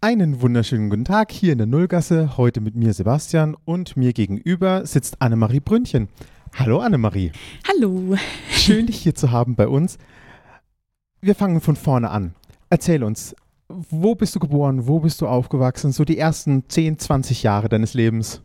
Einen wunderschönen guten Tag hier in der Nullgasse, heute mit mir Sebastian und mir gegenüber sitzt Annemarie Brünnchen. Hallo Annemarie. Hallo. Schön, dich hier zu haben bei uns. Wir fangen von vorne an. Erzähl uns, wo bist du geboren, wo bist du aufgewachsen, so die ersten 10, 20 Jahre deines Lebens?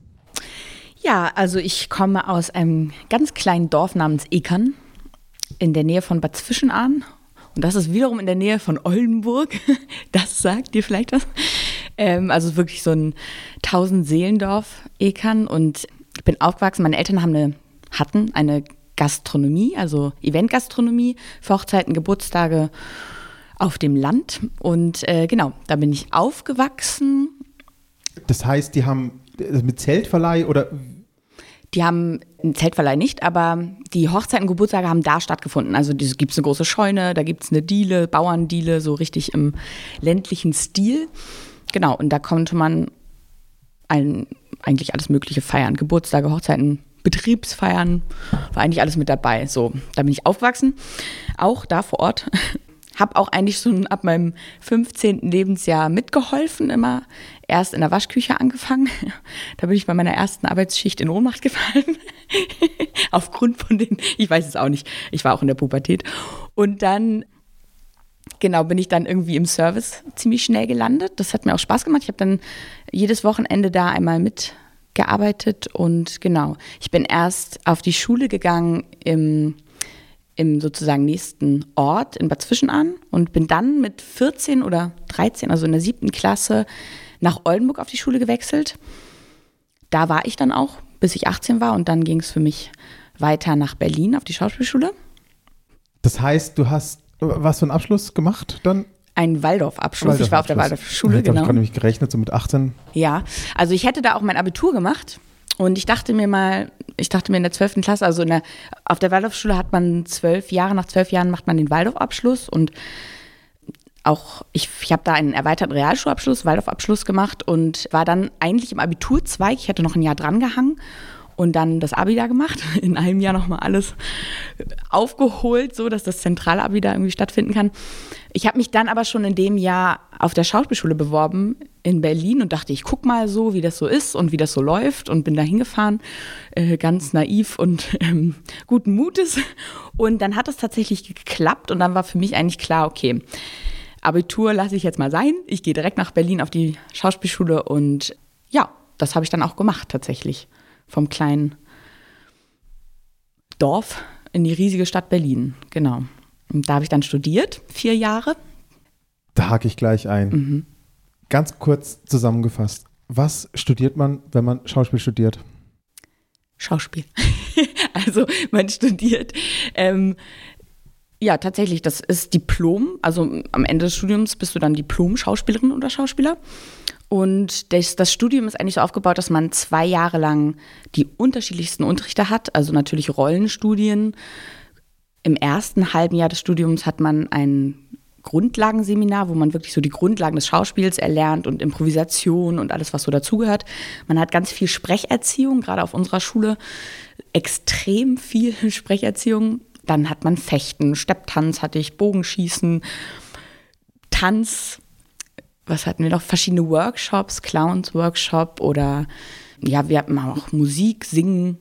Ja, also ich komme aus einem ganz kleinen Dorf namens Ekern in der Nähe von Bad Zwischenahn. Und das ist wiederum in der Nähe von Oldenburg. Das sagt dir vielleicht was. Also wirklich so ein 1000-Seelendorf, Ekern. Und ich bin aufgewachsen, meine Eltern hatten eine Gastronomie, also Eventgastronomie für Hochzeiten, Geburtstage auf dem Land. Und genau, da bin ich aufgewachsen. Das heißt, die haben mit Zeltverleih oder... Die haben einen Zeltverleih nicht, aber die Hochzeiten und Geburtstage haben da stattgefunden. Also gibt es eine große Scheune, da gibt es eine Diele, Bauerndiele, so richtig im ländlichen Stil. Genau, und da konnte man eigentlich alles Mögliche feiern. Geburtstage, Hochzeiten, Betriebsfeiern, war eigentlich alles mit dabei. So, da bin ich aufgewachsen, auch da vor Ort. Habe auch eigentlich schon ab meinem 15. Lebensjahr mitgeholfen, immer erst in der Waschküche angefangen. Da bin ich bei meiner ersten Arbeitsschicht in Ohnmacht gefallen. Aufgrund von ich weiß es auch nicht, ich war auch in der Pubertät. Und dann, genau, bin ich dann irgendwie im Service ziemlich schnell gelandet. Das hat mir auch Spaß gemacht. Ich habe dann jedes Wochenende da einmal mitgearbeitet. Und genau, ich bin erst auf die Schule gegangen im sozusagen nächsten Ort in Bad Zwischenahn und bin dann mit 14 oder 13, also in der 7. Klasse, nach Oldenburg auf die Schule gewechselt. Da war ich dann auch, bis ich 18 war, und dann ging es für mich weiter nach Berlin auf die Schauspielschule. Das heißt, du hast was für einen Abschluss gemacht dann? Ein Waldorf-Abschluss. Ich war auf der Waldorfschule, genau. Ich habe gerade nämlich gerechnet, so mit 18. Ja, also ich hätte da auch mein Abitur gemacht. Und ich dachte mir in der 12. Klasse, also auf der Waldorfschule hat man 12 Jahre, nach 12 Jahren macht man den Waldorfabschluss, und auch ich habe da einen erweiterten Realschulabschluss, Waldorfabschluss gemacht und war dann eigentlich im Abiturzweig. Ich hatte noch ein Jahr dran gehangen und dann das Abi da gemacht, in einem Jahr nochmal alles aufgeholt, so dass das zentrale Abi da irgendwie stattfinden kann. Ich habe mich dann aber schon in dem Jahr auf der Schauspielschule beworben in Berlin und dachte, ich guck mal so, wie das so ist und wie das so läuft, und bin da hingefahren, ganz naiv und guten Mutes. Und dann hat es tatsächlich geklappt und dann war für mich eigentlich klar, okay, Abitur lasse ich jetzt mal sein. Ich gehe direkt nach Berlin auf die Schauspielschule und ja, das habe ich dann auch gemacht tatsächlich. Vom kleinen Dorf in die riesige Stadt Berlin, genau. Und da habe ich dann studiert, 4 Jahre. Da hake ich gleich ein. Mhm. Ganz kurz zusammengefasst, was studiert man, wenn man Schauspiel studiert? Schauspiel. Also man studiert, ja tatsächlich, das ist Diplom. Also am Ende des Studiums bist du dann Diplom-Schauspielerin oder Schauspieler. Und das Studium ist eigentlich so aufgebaut, dass man 2 Jahre lang die unterschiedlichsten Unterrichte hat, also natürlich Rollenstudien. Im ersten halben Jahr des Studiums hat man ein Grundlagenseminar, wo man wirklich so die Grundlagen des Schauspiels erlernt und Improvisation und alles, was so dazugehört. Man hat ganz viel Sprecherziehung, gerade auf unserer Schule extrem viel Sprecherziehung. Dann hat man Fechten, Stepptanz hatte ich, Bogenschießen, Tanz. Was hatten wir noch? Verschiedene Workshops, Clowns-Workshop oder ja, wir hatten auch Musik, Singen.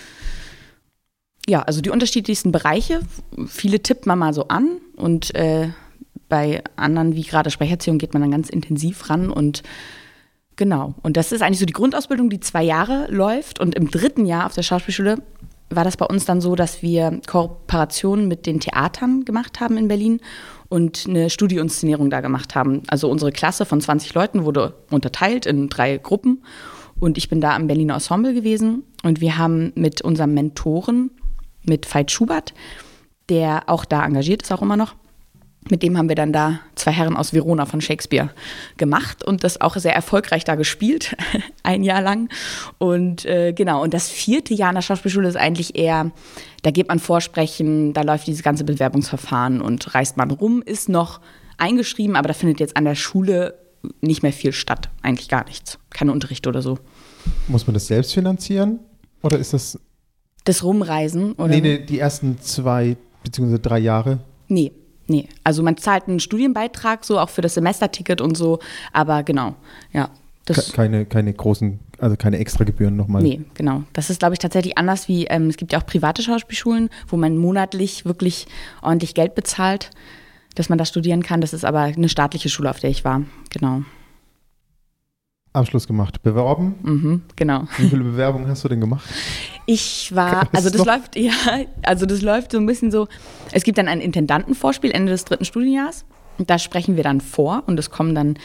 Ja, also die unterschiedlichsten Bereiche. Viele tippt man mal so an und bei anderen, wie gerade Sprecherziehung, geht man dann ganz intensiv ran und genau. Und das ist eigentlich so die Grundausbildung, die 2 Jahre läuft, und im 3. Jahr auf der Schauspielschule war das bei uns dann so, dass wir Kooperationen mit den Theatern gemacht haben in Berlin und eine Studioinszenierung da gemacht haben. Also unsere Klasse von 20 Leuten wurde unterteilt in 3 Gruppen und ich bin da am Berliner Ensemble gewesen und wir haben mit unserem Mentoren, mit Veit Schubert, der auch da engagiert ist, auch immer noch, mit dem haben wir dann da 2 Herren aus Verona von Shakespeare gemacht und das auch sehr erfolgreich da gespielt, 1 Jahr lang. Und genau, und das 4. Jahr in der Schauspielschule ist eigentlich eher, da geht man Vorsprechen, da läuft dieses ganze Bewerbungsverfahren und reist man rum, ist noch eingeschrieben, aber da findet jetzt an der Schule nicht mehr viel statt, eigentlich gar nichts, keine Unterricht oder so. Muss man das selbst finanzieren oder ist das... Das Rumreisen? Oder? Nee, die ersten 2 bzw. 3 Jahre? Nee, Nee, also man zahlt einen Studienbeitrag, so auch für das Semesterticket und so, aber genau, ja. Keine großen, also keine Extragebühren nochmal. Nee, genau. Das ist, glaube ich, tatsächlich anders wie, es gibt ja auch private Schauspielschulen, wo man monatlich wirklich ordentlich Geld bezahlt, dass man da studieren kann. Das ist aber eine staatliche Schule, auf der ich war, genau. Abschluss gemacht, beworben? Mhm, genau. Wie viele Bewerbungen hast du denn gemacht? Ich war, das läuft so ein bisschen so, es gibt dann ein Intendantenvorspiel Ende des 3. Studienjahres. Da sprechen wir dann vor und es kommen dann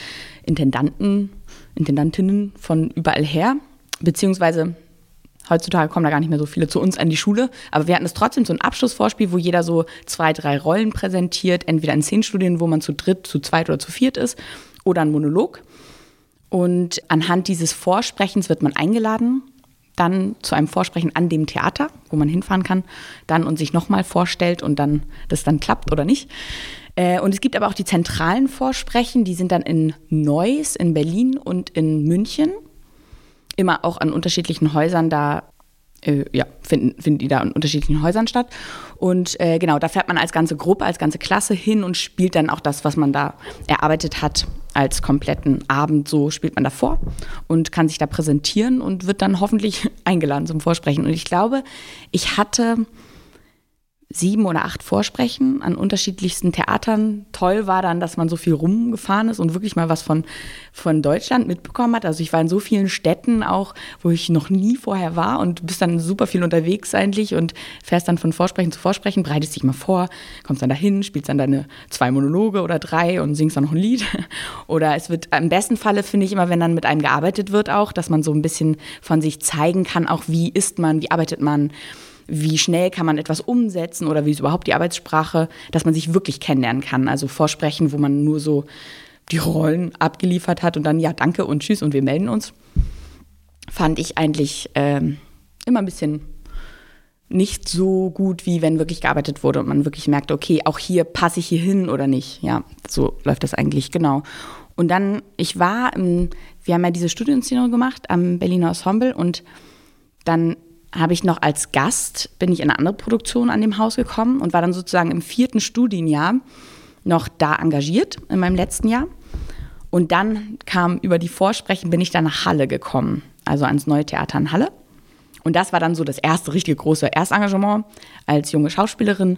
Intendantinnen von überall her, beziehungsweise heutzutage kommen da gar nicht mehr so viele zu uns an die Schule, aber wir hatten es trotzdem so ein Abschlussvorspiel, wo jeder so 2, 3 Rollen präsentiert, entweder in Szenenstudien, wo man zu dritt, zu zweit oder zu viert ist, oder ein Monolog. Und anhand dieses Vorsprechens wird man eingeladen, dann zu einem Vorsprechen an dem Theater, wo man hinfahren kann, dann und sich nochmal vorstellt und dann das dann klappt oder nicht. Und es gibt aber auch die zentralen Vorsprechen, die sind dann in Neuss, in Berlin und in München. Immer auch an unterschiedlichen Häusern da, finden die da in unterschiedlichen Häusern statt. Und genau, da fährt man als ganze Gruppe, als ganze Klasse hin und spielt dann auch das, was man da erarbeitet hat, als kompletten Abend. So spielt man da vor und kann sich da präsentieren und wird dann hoffentlich eingeladen zum Vorsprechen. Und ich glaube, ich hatte 7 oder 8 Vorsprechen an unterschiedlichsten Theatern. Toll war dann, dass man so viel rumgefahren ist und wirklich mal was von Deutschland mitbekommen hat. Also ich war in so vielen Städten auch, wo ich noch nie vorher war und bist dann super viel unterwegs eigentlich und fährst dann von Vorsprechen zu Vorsprechen, bereitest dich mal vor, kommst dann dahin, spielst dann deine 2 Monologe oder 3 und singst dann noch ein Lied. Oder es wird im besten Falle, finde ich immer, wenn dann mit einem gearbeitet wird auch, dass man so ein bisschen von sich zeigen kann, auch wie ist man, wie arbeitet man, wie schnell kann man etwas umsetzen oder wie ist überhaupt die Arbeitssprache, dass man sich wirklich kennenlernen kann. Also Vorsprechen, wo man nur so die Rollen abgeliefert hat und dann ja, danke und tschüss und wir melden uns, fand ich eigentlich immer ein bisschen nicht so gut, wie wenn wirklich gearbeitet wurde und man wirklich merkt, okay, auch hier passe ich hier hin oder nicht. Ja, so läuft das eigentlich, genau. Und dann, wir haben ja diese Studioinszenierung gemacht am Berliner Ensemble und dann habe ich noch als Gast, bin ich in eine andere Produktion an dem Haus gekommen und war dann sozusagen im 4. Studienjahr noch da engagiert, in meinem letzten Jahr. Und dann über die Vorsprechen bin ich dann nach Halle gekommen, also ans Neue Theater in Halle. Und das war dann so das erste richtige große Erstengagement als junge Schauspielerin.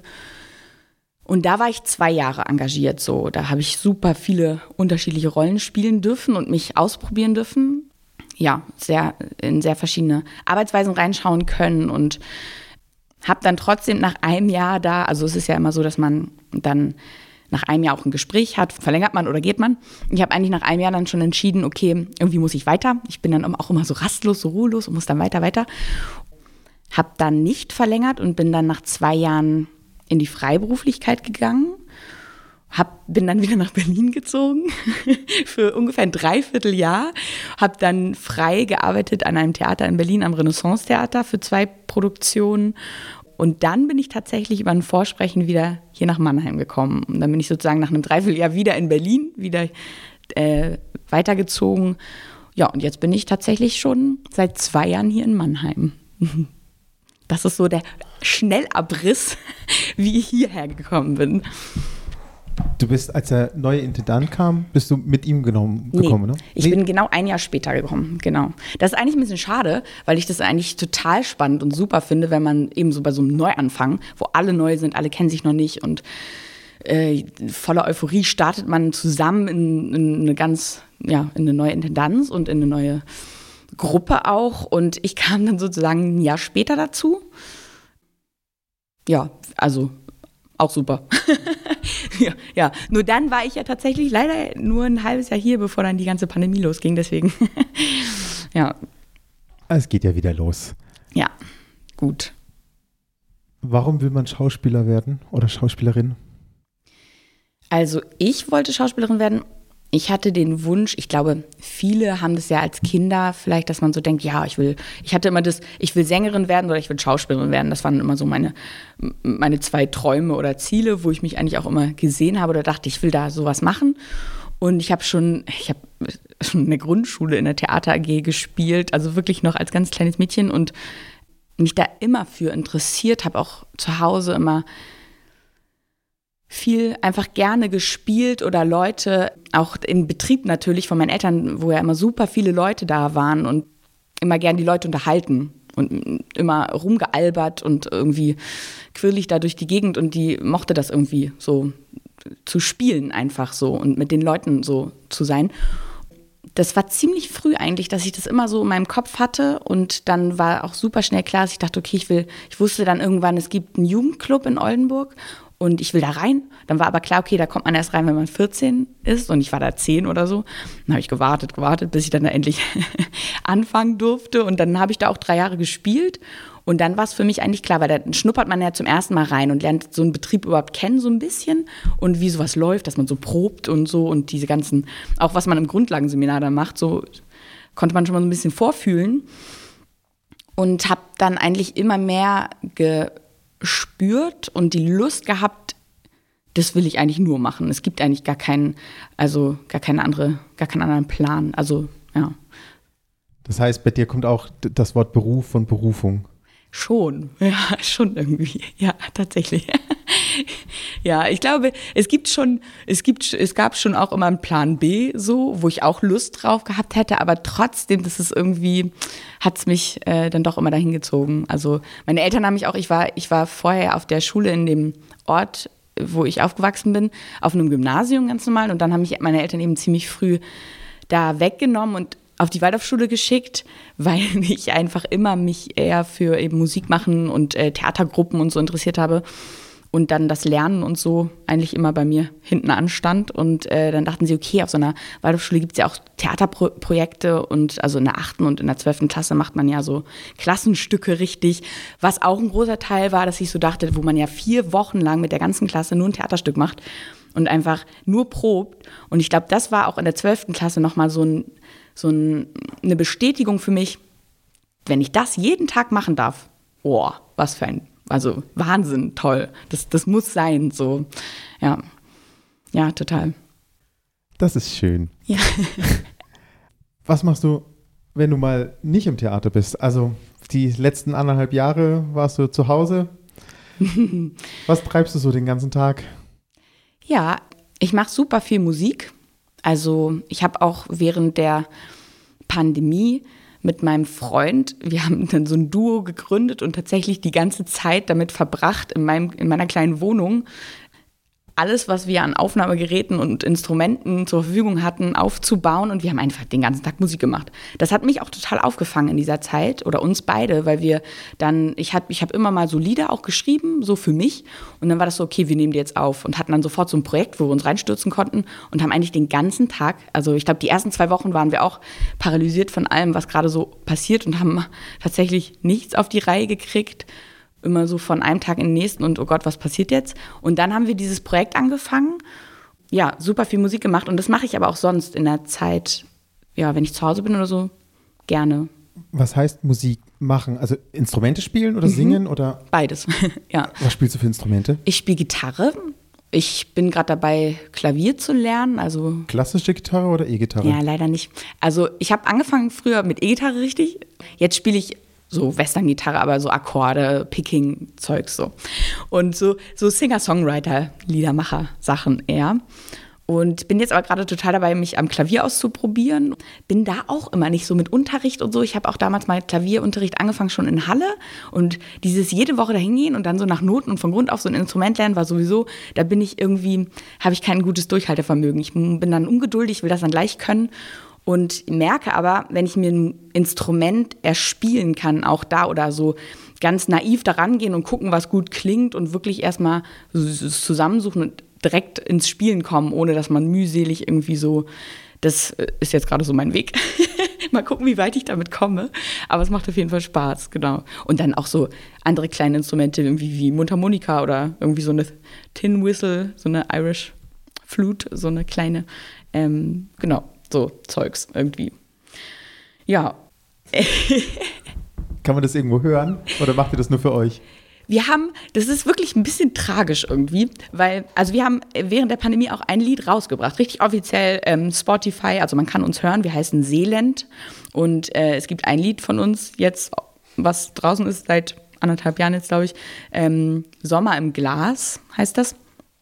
Und da war ich 2 Jahre engagiert. So. Da habe ich super viele unterschiedliche Rollen spielen dürfen und mich ausprobieren dürfen. Ja, in sehr verschiedene Arbeitsweisen reinschauen können und habe dann trotzdem nach einem Jahr da, also es ist ja immer so, dass man dann nach einem Jahr auch ein Gespräch hat, verlängert man oder geht man. Ich habe eigentlich nach einem Jahr dann schon entschieden, okay, irgendwie muss ich weiter. Ich bin dann auch immer so rastlos, so ruhelos und muss dann weiter. Habe dann nicht verlängert und bin dann nach 2 Jahren in die Freiberuflichkeit gegangen. Bin dann wieder nach Berlin gezogen für ungefähr ein Dreivierteljahr. Habe dann frei gearbeitet an einem Theater in Berlin, am Renaissance-Theater für 2 Produktionen. Und dann bin ich tatsächlich über ein Vorsprechen wieder hier nach Mannheim gekommen. Und dann bin ich sozusagen nach einem Dreivierteljahr wieder in Berlin, wieder weitergezogen. Ja, und jetzt bin ich tatsächlich schon seit 2 Jahren hier in Mannheim. Das ist so der Schnellabriss, wie ich hierher gekommen bin. Du bist, als der neue Intendant kam, bist du mit ihm gekommen, ne? Ich bin genau 1 Jahr später gekommen, genau. Das ist eigentlich ein bisschen schade, weil ich das eigentlich total spannend und super finde, wenn man eben so bei so einem Neuanfang, wo alle neu sind, alle kennen sich noch nicht und voller Euphorie startet man zusammen in eine neue Intendanz und in eine neue Gruppe auch. Und ich kam dann sozusagen ein Jahr später dazu. Ja, also auch super. ja, nur dann war ich ja tatsächlich leider nur ein halbes Jahr hier, bevor dann die ganze Pandemie losging, deswegen, ja. Es geht ja wieder los. Ja, gut. Warum will man Schauspieler werden oder Schauspielerin? Also ich wollte Schauspielerin werden. Ich hatte den Wunsch, ich glaube, viele haben das ja als Kinder vielleicht, dass man so denkt, ja, ich will Sängerin werden oder ich will Schauspielerin werden. Das waren immer so meine 2 Träume oder Ziele, wo ich mich eigentlich auch immer gesehen habe oder dachte, ich will da sowas machen. Und ich habe schon in der Grundschule in der Theater AG gespielt, also wirklich noch als ganz kleines Mädchen und mich da immer für interessiert, habe auch zu Hause immer viel einfach gerne gespielt oder Leute, auch in Betrieb natürlich von meinen Eltern, wo ja immer super viele Leute da waren und immer gern die Leute unterhalten und immer rumgealbert und irgendwie quirlig da durch die Gegend und die mochte das irgendwie so zu spielen einfach so und mit den Leuten so zu sein. Das war ziemlich früh eigentlich, dass ich das immer so in meinem Kopf hatte und dann war auch super schnell klar, dass ich dachte, okay, ich wusste dann irgendwann, es gibt einen Jugendclub in Oldenburg und ich will da rein. Dann war aber klar, okay, da kommt man erst rein, wenn man 14 ist und ich war da 10 oder so. Dann habe ich gewartet, bis ich dann da endlich anfangen durfte und dann habe ich da auch 3 Jahre gespielt und dann war es für mich eigentlich klar, weil da schnuppert man ja zum ersten Mal rein und lernt so einen Betrieb überhaupt kennen so ein bisschen und wie sowas läuft, dass man so probt und so und diese ganzen, auch was man im Grundlagenseminar da macht, so konnte man schon mal so ein bisschen vorfühlen und habe dann eigentlich immer mehr gespürt und die Lust gehabt, das will ich eigentlich nur machen. Es gibt eigentlich gar keinen anderen Plan. Also, ja. Das heißt, bei dir kommt auch das Wort Beruf von Berufung. Schon, ja, schon irgendwie. Ja, tatsächlich. Ja, ich glaube, es gab schon auch immer einen Plan B, so, wo ich auch Lust drauf gehabt hätte, aber trotzdem, hat es mich dann doch immer dahin gezogen. Also meine Eltern haben mich auch, ich war vorher auf der Schule in dem Ort, wo ich aufgewachsen bin, auf einem Gymnasium ganz normal und dann haben mich meine Eltern eben ziemlich früh da weggenommen und auf die Waldorfschule geschickt, weil ich einfach immer mich eher für eben Musik machen und Theatergruppen und so interessiert habe. Und dann das Lernen und so eigentlich immer bei mir hinten anstand. Und dann dachten sie, okay, auf so einer Waldorfschule gibt es ja auch Theaterprojekte. Und also in der 8. und in der 12. Klasse macht man ja so Klassenstücke richtig. Was auch ein großer Teil war, dass ich so dachte, wo man ja 4 Wochen lang mit der ganzen Klasse nur ein Theaterstück macht und einfach nur probt. Und ich glaube, das war auch in der 12. Klasse nochmal so eine Bestätigung für mich, wenn ich das jeden Tag machen darf, was für also Wahnsinn, toll, das muss sein, so, ja, total. Das ist schön. Ja. Was machst du, wenn du mal nicht im Theater bist? Also die letzten 1,5 Jahre warst du zu Hause. Was treibst du so den ganzen Tag? Ja, ich mache super viel Musik. Also ich habe auch während der Pandemie mit meinem Freund, wir haben dann so ein Duo gegründet und tatsächlich die ganze Zeit damit verbracht, in meiner kleinen Wohnung alles, was wir an Aufnahmegeräten und Instrumenten zur Verfügung hatten, aufzubauen und wir haben einfach den ganzen Tag Musik gemacht. Das hat mich auch total aufgefangen in dieser Zeit oder uns beide, weil wir dann, ich hab immer mal so Lieder auch geschrieben, so für mich und dann war das so, okay, wir nehmen die jetzt auf und hatten dann sofort so ein Projekt, wo wir uns reinstürzen konnten und haben eigentlich den ganzen Tag, also ich glaube, die ersten 2 Wochen waren wir auch paralysiert von allem, was gerade so passiert und haben tatsächlich nichts auf die Reihe gekriegt. Immer so von einem Tag in den nächsten und oh Gott, was passiert jetzt? Und dann haben wir dieses Projekt angefangen, ja, super viel Musik gemacht und das mache ich aber auch sonst in der Zeit, ja, wenn ich zu Hause bin oder so, gerne. Was heißt Musik machen? Also Instrumente spielen oder singen oder? Beides, ja. Was spielst du für Instrumente? Ich spiele Gitarre. Ich bin gerade dabei, Klavier zu lernen. Also klassische Gitarre oder E-Gitarre? Ja, leider nicht. Also ich habe angefangen früher mit E-Gitarre richtig. Jetzt spiele ich so Western-Gitarre, aber so Akkorde, Picking-Zeugs so. Und so Singer-Songwriter, Liedermacher-Sachen eher. Und bin jetzt aber gerade total dabei, mich am Klavier auszuprobieren. Bin da auch immer nicht so mit Unterricht und so. Ich habe auch damals mal Klavierunterricht angefangen, schon in Halle. Und dieses jede Woche dahin gehen und dann so nach Noten und von Grund auf so ein Instrument lernen, war sowieso, da bin ich irgendwie, habe ich kein gutes Durchhaltevermögen. Ich bin dann ungeduldig, will das dann gleich können. Und merke aber, wenn ich mir ein Instrument erspielen kann, auch da oder so ganz naiv daran gehen und gucken, was gut klingt und wirklich erstmal zusammensuchen und direkt ins Spielen kommen, ohne dass man mühselig irgendwie so, das ist jetzt gerade so mein Weg. Mal gucken, wie weit ich damit komme. Aber es macht auf jeden Fall Spaß, genau. Und dann auch so andere kleine Instrumente irgendwie wie Mundharmonika oder irgendwie so eine Tin Whistle, so eine Irish Flute, so eine kleine, genau. So Zeugs irgendwie. Ja. Kann man das irgendwo hören oder macht ihr das nur für euch? Das ist wirklich ein bisschen tragisch irgendwie, weil, also wir haben während der Pandemie auch ein Lied rausgebracht, richtig offiziell Spotify, also man kann uns hören, wir heißen Seeland und es gibt ein Lied von uns jetzt, was draußen ist seit 1,5 Jahren jetzt, glaube ich, Sommer im Glas heißt das.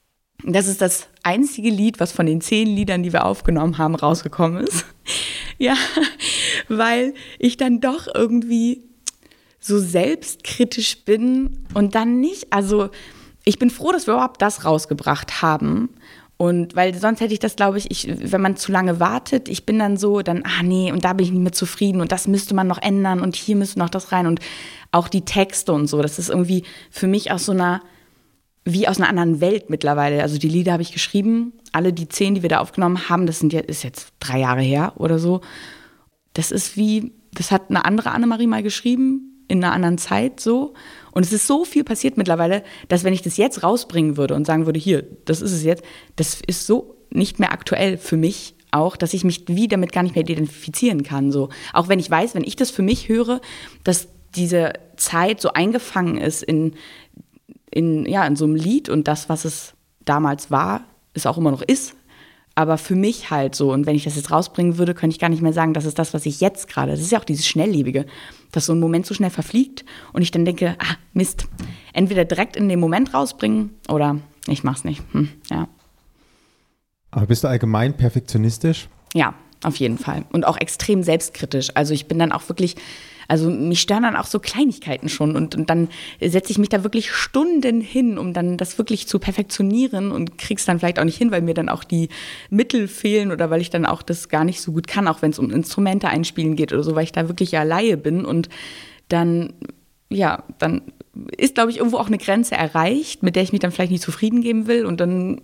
Das ist das einzige Lied, was von den 10 Liedern, die wir aufgenommen haben, rausgekommen ist. Ja, weil ich dann doch irgendwie so selbstkritisch bin und dann nicht, also ich bin froh, dass wir überhaupt das rausgebracht haben. Und weil sonst hätte ich das, glaube ich, wenn man zu lange wartet, ich bin dann so, nee, und da bin ich nicht mehr zufrieden und das müsste man noch ändern und hier müsste noch das rein und auch die Texte und so. Das ist irgendwie für mich aus wie aus einer anderen Welt mittlerweile. Also die Lieder habe ich geschrieben, alle die 10, die wir da aufgenommen haben, ist jetzt 3 Jahre her oder so. Das hat eine andere Annemarie mal geschrieben, in einer anderen Zeit so. Und es ist so viel passiert mittlerweile, dass wenn ich das jetzt rausbringen würde und sagen würde, hier, das ist es jetzt, das ist so nicht mehr aktuell für mich auch, dass ich mich damit gar nicht mehr identifizieren kann. So. Auch wenn ich weiß, wenn ich das für mich höre, dass diese Zeit so eingefangen ist in so einem Lied und das, was es damals war, es auch immer noch ist. Aber für mich halt so. Und wenn ich das jetzt rausbringen würde, könnte ich gar nicht mehr sagen, das ist das, was ich jetzt gerade. Das ist ja auch dieses Schnelllebige, dass so ein Moment so schnell verfliegt und ich dann denke, Mist, entweder direkt in dem Moment rausbringen oder ich mach's nicht. Ja. Aber bist du allgemein perfektionistisch? Ja, auf jeden Fall. Und auch extrem selbstkritisch. Also ich bin dann auch wirklich, also mich stören dann auch so Kleinigkeiten schon und dann setze ich mich da wirklich Stunden hin, um dann das wirklich zu perfektionieren und krieg's dann vielleicht auch nicht hin, weil mir dann auch die Mittel fehlen oder weil ich dann auch das gar nicht so gut kann, auch wenn es um Instrumente einspielen geht oder so, weil ich da wirklich ja Laie bin und dann ist, glaube ich, irgendwo auch eine Grenze erreicht, mit der ich mich dann vielleicht nicht zufrieden geben will und dann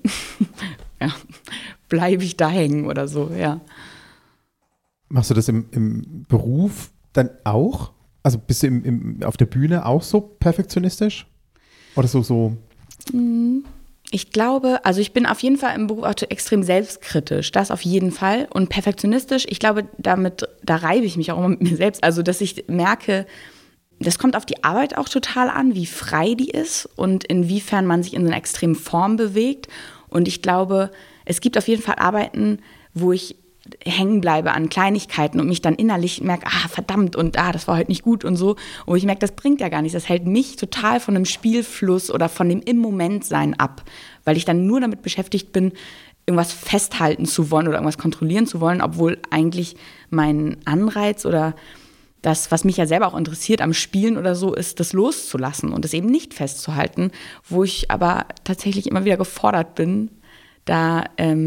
bleibe ich da hängen oder so, ja. Machst du das im Beruf dann auch? Also bist du auf der Bühne auch so perfektionistisch? Oder so? Ich glaube, also ich bin auf jeden Fall im Beruf auch extrem selbstkritisch, das auf jeden Fall. Und perfektionistisch, ich glaube, da reibe ich mich auch immer mit mir selbst. Also, dass ich merke, das kommt auf die Arbeit auch total an, wie frei die ist und inwiefern man sich in so einer extremen Form bewegt. Und ich glaube, es gibt auf jeden Fall Arbeiten, wo ich hängen bleibe an Kleinigkeiten und mich dann innerlich merke, verdammt und das war heute nicht gut und so. Und ich merke, das bringt ja gar nichts. Das hält mich total von einem Spielfluss oder von dem Im-Moment-Sein ab, weil ich dann nur damit beschäftigt bin, irgendwas festhalten zu wollen oder irgendwas kontrollieren zu wollen, obwohl eigentlich mein Anreiz oder das, was mich ja selber auch interessiert am Spielen oder so, ist, das loszulassen und es eben nicht festzuhalten, wo ich aber tatsächlich immer wieder gefordert bin, da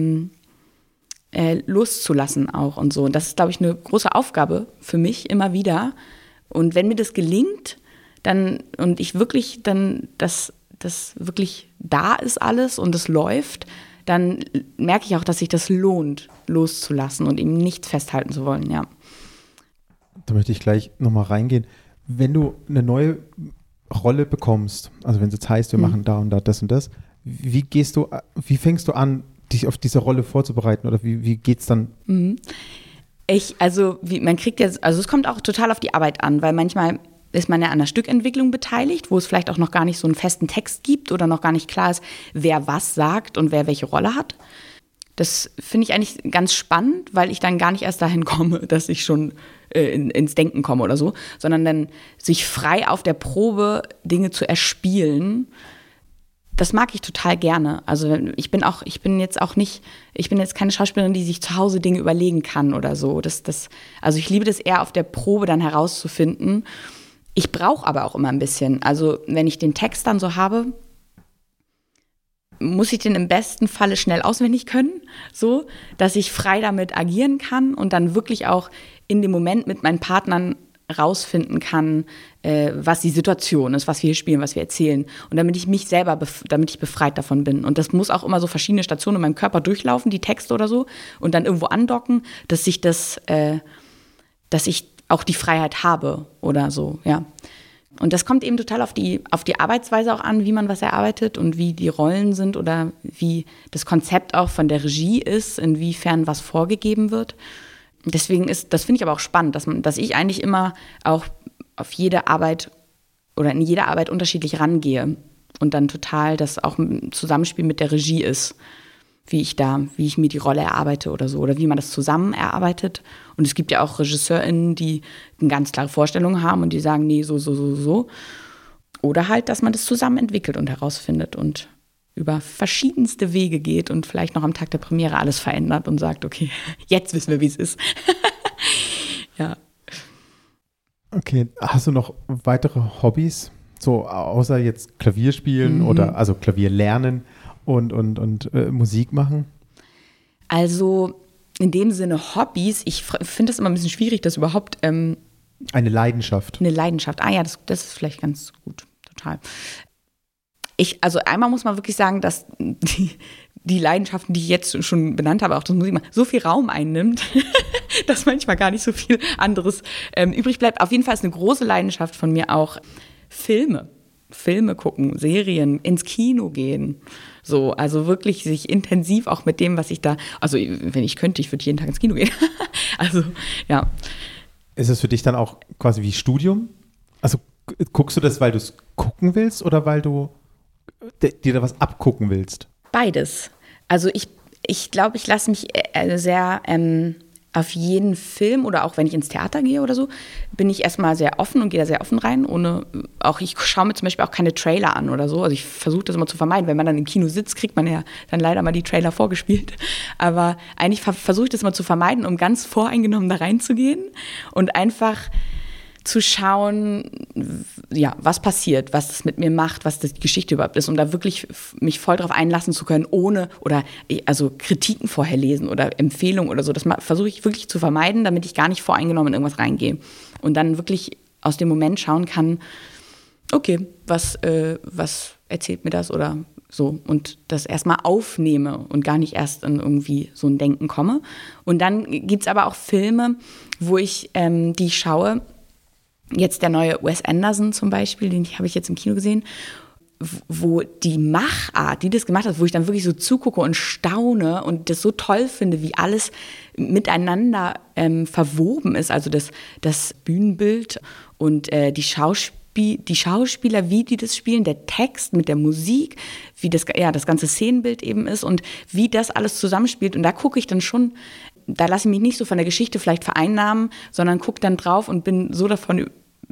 loszulassen auch und so. Und das ist, glaube ich, eine große Aufgabe für mich immer wieder. Und wenn mir das gelingt, dann und ich wirklich dann, das wirklich da ist alles und es läuft, dann merke ich auch, dass sich das lohnt, loszulassen und eben nichts festhalten zu wollen, ja. Da möchte ich gleich nochmal reingehen. Wenn du eine neue Rolle bekommst, also wenn es jetzt heißt, wir machen da und da das und das, wie fängst du an, dich auf diese Rolle vorzubereiten oder wie geht's dann? Es kommt auch total auf die Arbeit an, weil manchmal ist man ja an der Stückentwicklung beteiligt, wo es vielleicht auch noch gar nicht so einen festen Text gibt oder noch gar nicht klar ist, wer was sagt und wer welche Rolle hat. Das finde ich eigentlich ganz spannend, weil ich dann gar nicht erst dahin komme, dass ich schon ins Denken komme oder so, sondern dann sich frei auf der Probe Dinge zu erspielen. Das mag ich total gerne. Also ich bin jetzt keine Schauspielerin, die sich zu Hause Dinge überlegen kann oder so. Also ich liebe das eher auf der Probe dann herauszufinden. Ich brauche aber auch immer ein bisschen. Also wenn ich den Text dann so habe, muss ich den im besten Falle schnell auswendig können, so, dass ich frei damit agieren kann und dann wirklich auch in dem Moment mit meinen Partnern rausfinden kann, was die Situation ist, was wir hier spielen, was wir erzählen. Und damit ich befreit davon bin. Und das muss auch immer so verschiedene Stationen in meinem Körper durchlaufen, die Texte oder so, und dann irgendwo andocken, dass ich auch die Freiheit habe oder so, ja. Und das kommt eben total auf die Arbeitsweise auch an, wie man was erarbeitet und wie die Rollen sind oder wie das Konzept auch von der Regie ist, inwiefern was vorgegeben wird. Deswegen das finde ich aber auch spannend, dass ich eigentlich immer auch auf jede Arbeit oder in jeder Arbeit unterschiedlich rangehe und dann total das auch im Zusammenspiel mit der Regie ist, wie ich mir die Rolle erarbeite oder so oder wie man das zusammen erarbeitet. Und es gibt ja auch RegisseurInnen, die eine ganz klare Vorstellung haben und die sagen, nee, so. Oder halt, dass man das zusammen entwickelt und herausfindet. Und über verschiedenste Wege geht und vielleicht noch am Tag der Premiere alles verändert und sagt, okay, jetzt wissen wir, wie es ist. Ja. Okay, hast du noch weitere Hobbys? So außer jetzt Klavier spielen oder also Klavier lernen und Musik machen? Also in dem Sinne Hobbys, ich finde das immer ein bisschen schwierig, das überhaupt eine Leidenschaft. Eine Leidenschaft. Ah ja, das ist vielleicht ganz gut, total. Also einmal muss man wirklich sagen, dass die Leidenschaften, die ich jetzt schon benannt habe, auch das Musik so viel Raum einnimmt, dass manchmal gar nicht so viel anderes übrig bleibt. Auf jeden Fall ist eine große Leidenschaft von mir auch Filme gucken, Serien, ins Kino gehen. So, also wirklich sich intensiv auch mit dem, was ich da, also wenn ich könnte, ich würde jeden Tag ins Kino gehen. Also, ja. Ist es für dich dann auch quasi wie Studium? Also guckst du das, weil du es gucken willst oder weil du dir da was abgucken willst? Beides. Also ich glaube, ich lasse mich sehr auf jeden Film oder auch wenn ich ins Theater gehe oder so, bin ich erstmal sehr offen und gehe da sehr offen rein. Ich schaue mir zum Beispiel auch keine Trailer an oder so. Also ich versuche das immer zu vermeiden. Wenn man dann im Kino sitzt, kriegt man ja dann leider mal die Trailer vorgespielt. Aber eigentlich versuche ich das immer zu vermeiden, um ganz voreingenommen da reinzugehen und einfach zu schauen, ja, was passiert, was das mit mir macht, was das die Geschichte überhaupt ist, um da wirklich mich voll drauf einlassen zu können, ohne also Kritiken vorher lesen oder Empfehlungen oder so. Das versuche ich wirklich zu vermeiden, damit ich gar nicht voreingenommen in irgendwas reingehe. Und dann wirklich aus dem Moment schauen kann, okay, was erzählt mir das oder so. Und das erstmal aufnehme und gar nicht erst in irgendwie so ein Denken komme. Und dann gibt es aber auch Filme, wo die ich schaue. Jetzt der neue Wes Anderson zum Beispiel, den habe ich jetzt im Kino gesehen, wo die Machart, die das gemacht hat, wo ich dann wirklich so zugucke und staune und das so toll finde, wie alles miteinander verwoben ist. Also das Bühnenbild und die Schauspieler, wie die das spielen, der Text mit der Musik, wie das ganze Szenenbild eben ist und wie das alles zusammenspielt. Und da gucke ich dann schon, da lasse ich mich nicht so von der Geschichte vielleicht vereinnahmen, sondern gucke dann drauf und bin so davon,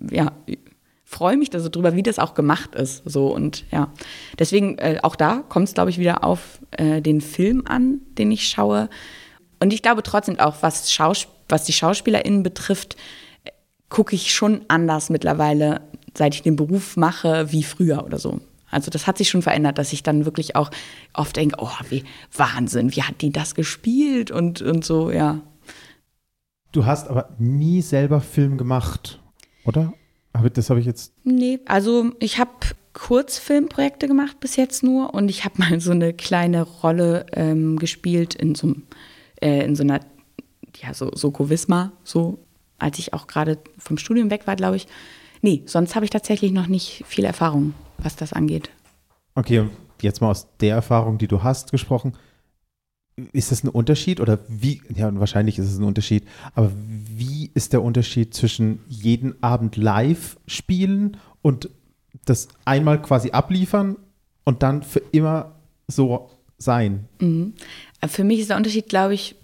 freue mich da so drüber, wie das auch gemacht ist. So und ja, deswegen auch da kommt es, glaube ich, wieder auf den Film an, den ich schaue. Und ich glaube trotzdem auch, was die SchauspielerInnen betrifft, gucke ich schon anders mittlerweile, seit ich den Beruf mache, wie früher oder so. Also das hat sich schon verändert, dass ich dann wirklich auch oft denke, oh, wie Wahnsinn, wie hat die das gespielt und so, ja. Du hast aber nie selber Film gemacht, oder? Aber das habe ich jetzt... Nee, also ich habe Kurzfilmprojekte gemacht bis jetzt nur und ich habe mal so eine kleine Rolle gespielt in so einer, ja, so Soko-Wismar, so, als ich auch gerade vom Studium weg war, glaube ich. Nee, sonst habe ich tatsächlich noch nicht viel Erfahrung, was das angeht. Okay, und jetzt mal aus der Erfahrung, die du hast, gesprochen. Ist das ein Unterschied oder wie, ja, wahrscheinlich ist es ein Unterschied, aber wie ist der Unterschied zwischen jeden Abend live spielen und das einmal quasi abliefern und dann für immer so sein? Mhm. Für mich ist der Unterschied, glaube ich,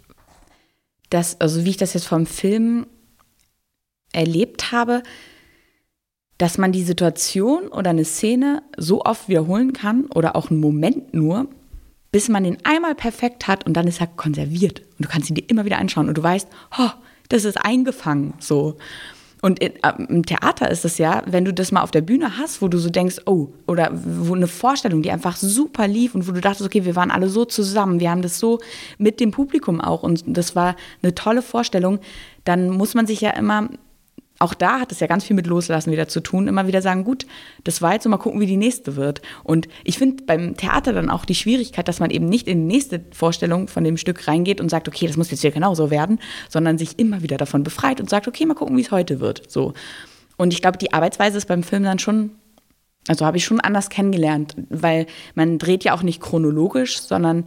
also wie ich das jetzt vom Film erlebt habe, dass man die Situation oder eine Szene so oft wiederholen kann oder auch einen Moment nur, bis man den einmal perfekt hat und dann ist er konserviert. Und du kannst ihn dir immer wieder anschauen und du weißt, oh, das ist eingefangen, so. Und im Theater ist es ja, wenn du das mal auf der Bühne hast, wo du so denkst, oh, oder wo eine Vorstellung, die einfach super lief und wo du dachtest, okay, wir waren alle so zusammen, wir haben das so mit dem Publikum auch und das war eine tolle Vorstellung, dann muss man sich ja immer, auch da hat es ja ganz viel mit Loslassen wieder zu tun, immer wieder sagen, gut, das war jetzt so, mal gucken, wie die nächste wird. Und ich finde beim Theater dann auch die Schwierigkeit, dass man eben nicht in die nächste Vorstellung von dem Stück reingeht und sagt, okay, das muss jetzt wieder genauso werden, sondern sich immer wieder davon befreit und sagt, okay, mal gucken, wie es heute wird. So. Und ich glaube, die Arbeitsweise ist beim Film dann schon, also habe ich schon anders kennengelernt, weil man dreht ja auch nicht chronologisch, sondern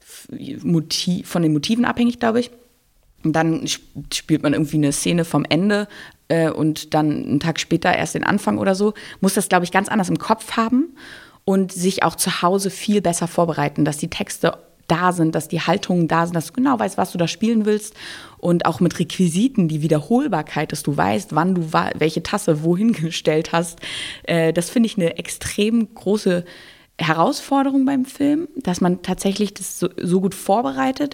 von den Motiven abhängig, glaube ich. Und dann spielt man irgendwie eine Szene vom Ende und dann einen Tag später erst den Anfang oder so, muss das, glaube ich, ganz anders im Kopf haben und sich auch zu Hause viel besser vorbereiten, dass die Texte da sind, dass die Haltungen da sind, dass du genau weißt, was du da spielen willst und auch mit Requisiten, die Wiederholbarkeit, dass du weißt, wann du welche Tasse wohin gestellt hast. Das finde ich eine extrem große Herausforderung beim Film, dass man tatsächlich das so gut vorbereitet,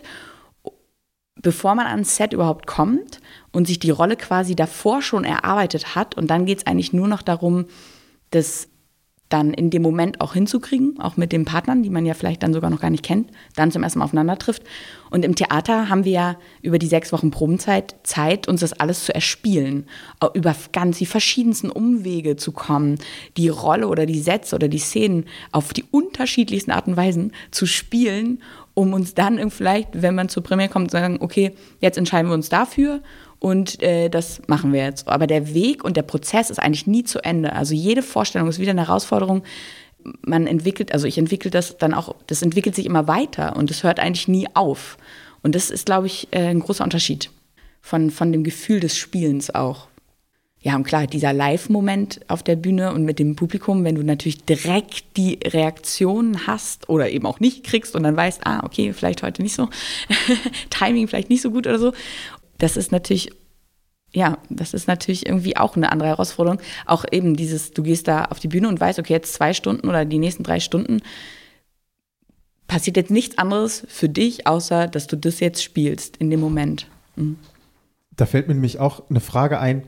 bevor man ans Set überhaupt kommt und sich die Rolle quasi davor schon erarbeitet hat. Und dann geht es eigentlich nur noch darum, das dann in dem Moment auch hinzukriegen, auch mit den Partnern, die man ja vielleicht dann sogar noch gar nicht kennt, dann zum ersten Mal aufeinander trifft. Und im Theater haben wir ja über die 6 Wochen Probenzeit Zeit, uns das alles zu erspielen, über ganz die verschiedensten Umwege zu kommen, die Rolle oder die Sätze oder die Szenen auf die unterschiedlichsten Arten und Weisen zu spielen, um uns dann vielleicht, wenn man zur Premiere kommt, zu sagen, okay, jetzt entscheiden wir uns dafür und das machen wir jetzt. Aber der Weg und der Prozess ist eigentlich nie zu Ende. Also jede Vorstellung ist wieder eine Herausforderung. Ich entwickle das dann auch, das entwickelt sich immer weiter und es hört eigentlich nie auf. Und das ist, glaube ich, ein großer Unterschied von dem Gefühl des Spielens auch. Ja, und klar, dieser Live-Moment auf der Bühne und mit dem Publikum, wenn du natürlich direkt die Reaktion hast oder eben auch nicht kriegst und dann weißt, okay, vielleicht heute nicht so, Timing vielleicht nicht so gut oder so. Das ist natürlich irgendwie auch eine andere Herausforderung. Auch eben du gehst da auf die Bühne und weißt, okay, jetzt 2 Stunden oder die nächsten 3 Stunden passiert jetzt nichts anderes für dich, außer dass du das jetzt spielst in dem Moment. Mhm. Da fällt mir nämlich auch eine Frage ein,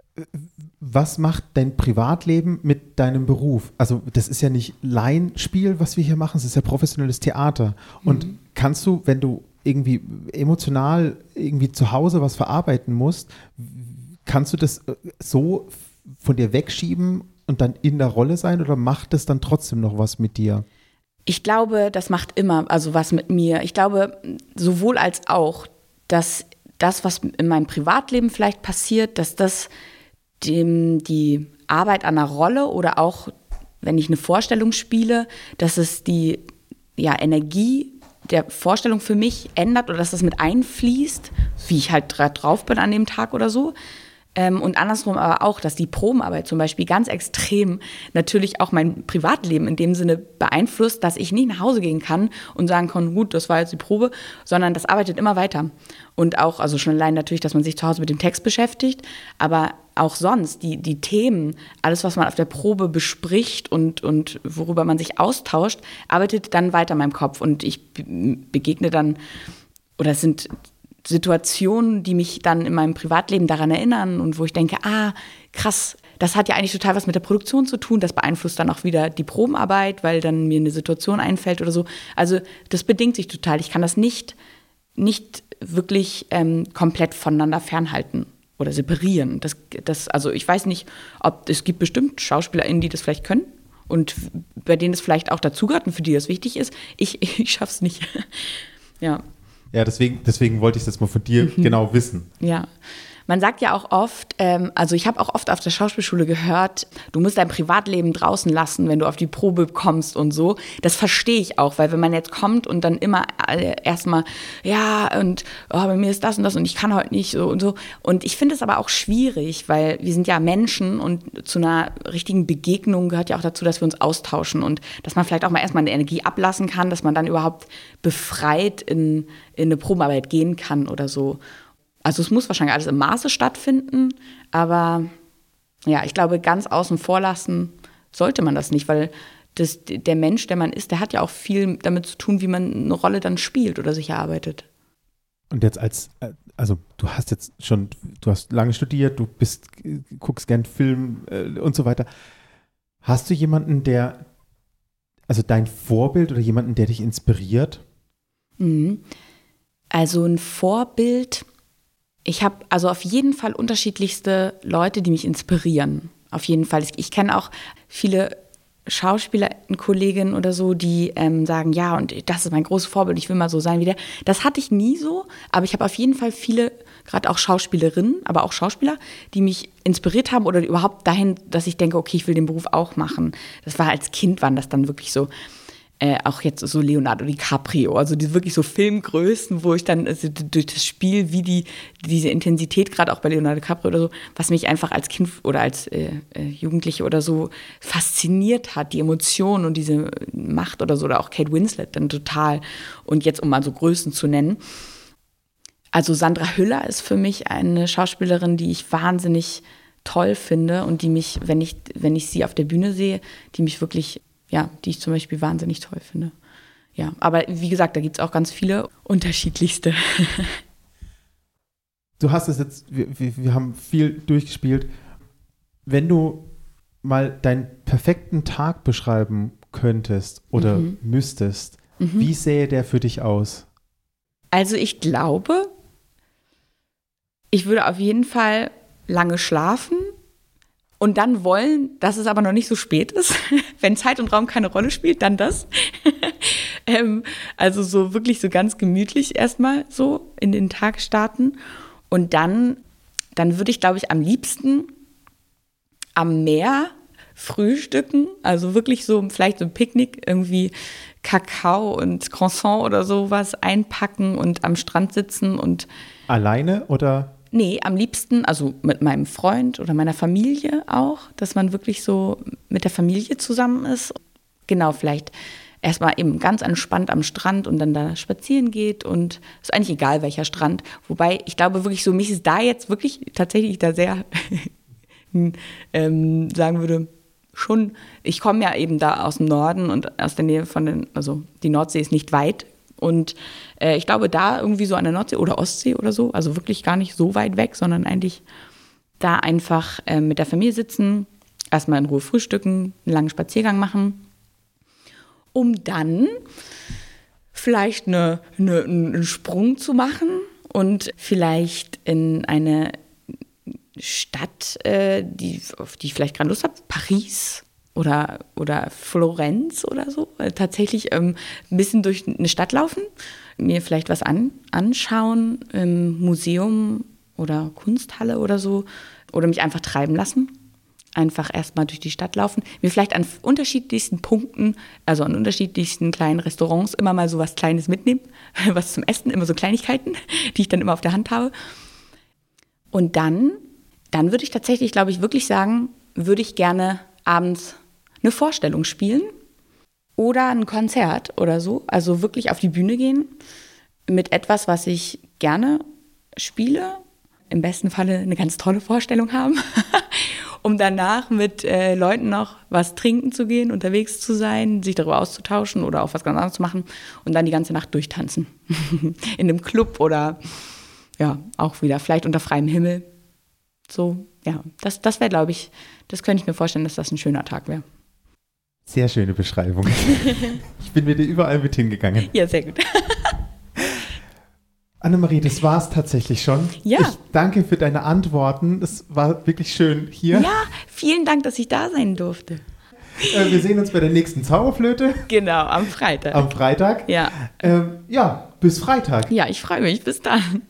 was macht dein Privatleben mit deinem Beruf? Also das ist ja nicht Laienspiel, was wir hier machen, es ist ja professionelles Theater. Und kannst du, wenn du irgendwie emotional irgendwie zu Hause was verarbeiten musst, kannst du das so von dir wegschieben und dann in der Rolle sein oder macht das dann trotzdem noch was mit dir? Ich glaube, das macht immer was mit mir. Ich glaube, sowohl als auch, dass das, was in meinem Privatleben vielleicht passiert, dass das die Arbeit an einer Rolle oder auch, wenn ich eine Vorstellung spiele, dass es die Energie der Vorstellung für mich ändert oder dass das mit einfließt, wie ich halt drauf bin an dem Tag oder so. Und andersrum aber auch, dass die Probenarbeit zum Beispiel ganz extrem natürlich auch mein Privatleben in dem Sinne beeinflusst, dass ich nicht nach Hause gehen kann und sagen kann, gut, das war jetzt die Probe, sondern das arbeitet immer weiter. Und auch, also schon allein natürlich, dass man sich zu Hause mit dem Text beschäftigt, aber auch sonst, die Themen, alles, was man auf der Probe bespricht und worüber man sich austauscht, arbeitet dann weiter in meinem Kopf. Und ich begegne dann, oder es sind Situationen, die mich dann in meinem Privatleben daran erinnern und wo ich denke, krass, das hat ja eigentlich total was mit der Produktion zu tun, das beeinflusst dann auch wieder die Probenarbeit, weil dann mir eine Situation einfällt oder so. Also das bedingt sich total. Ich kann das nicht wirklich komplett voneinander fernhalten oder separieren. Also ich weiß nicht, es gibt bestimmt SchauspielerInnen, die das vielleicht können und bei denen es vielleicht auch dazugehört und für die das wichtig ist. Ich schaff's nicht. Ja. Ja, deswegen wollte ich das mal von dir genau wissen. Ja, man sagt ja auch oft, also ich habe auch oft auf der Schauspielschule gehört, du musst dein Privatleben draußen lassen, wenn du auf die Probe kommst und so. Das verstehe ich auch, weil wenn man jetzt kommt und dann immer erstmal, bei mir ist das und das und ich kann heute nicht so und so. Und ich finde es aber auch schwierig, weil wir sind ja Menschen und zu einer richtigen Begegnung gehört ja auch dazu, dass wir uns austauschen und dass man vielleicht auch mal erstmal eine Energie ablassen kann, dass man dann überhaupt befreit in eine Probenarbeit gehen kann oder so. Also es muss wahrscheinlich alles im Maße stattfinden, aber ja, ich glaube, ganz außen vor lassen sollte man das nicht, weil der Mensch, der man ist, der hat ja auch viel damit zu tun, wie man eine Rolle dann spielt oder sich erarbeitet. Und jetzt du hast lange studiert, guckst gern Film und so weiter. Hast du jemanden, dein Vorbild oder jemanden, der dich inspiriert? Also ein Vorbild. Ich habe also auf jeden Fall unterschiedlichste Leute, die mich inspirieren. Auf jeden Fall. Ich kenne auch viele Schauspielerkolleginnen oder so, die sagen, ja, und das ist mein großes Vorbild, ich will mal so sein wie der. Das hatte ich nie so, aber ich habe auf jeden Fall viele, gerade auch Schauspielerinnen, aber auch Schauspieler, die mich inspiriert haben oder überhaupt dahin, dass ich denke, okay, ich will den Beruf auch machen. Das war als Kind, waren das dann wirklich so. Auch jetzt so Leonardo DiCaprio, also die wirklich so Filmgrößen, wo ich dann durch das Spiel, wie diese Intensität, gerade auch bei Leonardo DiCaprio oder so, was mich einfach als Kind oder als Jugendliche oder so fasziniert hat, die Emotionen und diese Macht oder so, oder auch Kate Winslet dann total. Und jetzt, um mal so Größen zu nennen. Also Sandra Hüller ist für mich eine Schauspielerin, die ich wahnsinnig toll finde und die mich, wenn ich sie auf der Bühne sehe, die mich wirklich die ich zum Beispiel wahnsinnig toll finde. Ja, aber wie gesagt, da gibt es auch ganz viele unterschiedlichste. Du hast es jetzt, wir haben viel durchgespielt. Wenn du mal deinen perfekten Tag beschreiben könntest oder müsstest, wie sähe der für dich aus? Also ich glaube, ich würde auf jeden Fall lange schlafen und dann wollen, dass es aber noch nicht so spät ist. Wenn Zeit und Raum keine Rolle spielt, dann das. Also so wirklich so ganz gemütlich erstmal so in den Tag starten. Und dann würde ich, glaube ich, am liebsten am Meer frühstücken. Also wirklich so vielleicht so ein Picknick, irgendwie Kakao und Croissant oder sowas einpacken und am Strand sitzen und alleine oder? Nee, am liebsten, also mit meinem Freund oder meiner Familie auch, dass man wirklich so mit der Familie zusammen ist. Genau, vielleicht erstmal eben ganz entspannt am Strand und dann da spazieren geht und ist eigentlich egal, welcher Strand. Wobei, ich glaube wirklich so, mich ist da jetzt wirklich tatsächlich da sehr, sagen würde, schon, ich komme ja eben da aus dem Norden und aus der Nähe also die Nordsee ist nicht weit. Und ich glaube, da irgendwie so an der Nordsee oder Ostsee oder so, also wirklich gar nicht so weit weg, sondern eigentlich da einfach mit der Familie sitzen, erstmal in Ruhe frühstücken, einen langen Spaziergang machen, um dann vielleicht einen Sprung zu machen und vielleicht in eine Stadt, auf die ich vielleicht gerade Lust habe, Paris oder Florenz oder so, tatsächlich ein bisschen durch eine Stadt laufen, mir vielleicht was anschauen im Museum oder Kunsthalle oder so oder mich einfach treiben lassen. Einfach erstmal durch die Stadt laufen, mir vielleicht an unterschiedlichsten Punkten, also an unterschiedlichsten kleinen Restaurants immer mal so was Kleines mitnehmen, was zum Essen, immer so Kleinigkeiten, die ich dann immer auf der Hand habe. Und dann würde ich tatsächlich, glaube ich, wirklich sagen, würde ich gerne abends eine Vorstellung spielen oder ein Konzert oder so. Also wirklich auf die Bühne gehen mit etwas, was ich gerne spiele. Im besten Falle eine ganz tolle Vorstellung haben, um danach mit Leuten noch was trinken zu gehen, unterwegs zu sein, sich darüber auszutauschen oder auch was ganz anderes zu machen und dann die ganze Nacht durchtanzen. In einem Club oder ja, auch wieder vielleicht unter freiem Himmel. So, ja, das wäre, glaube ich, das könnte ich mir vorstellen, dass das ein schöner Tag wäre. Sehr schöne Beschreibung. Ich bin mit dir überall mit hingegangen. Ja, sehr gut. Annemarie, das war es tatsächlich schon. Ja. Ich danke für deine Antworten. Es war wirklich schön hier. Ja, vielen Dank, dass ich da sein durfte. Wir sehen uns bei der nächsten Zauberflöte. Genau, am Freitag. Am Freitag. Ja. Ja, bis Freitag. Ja, ich freue mich. Bis dann.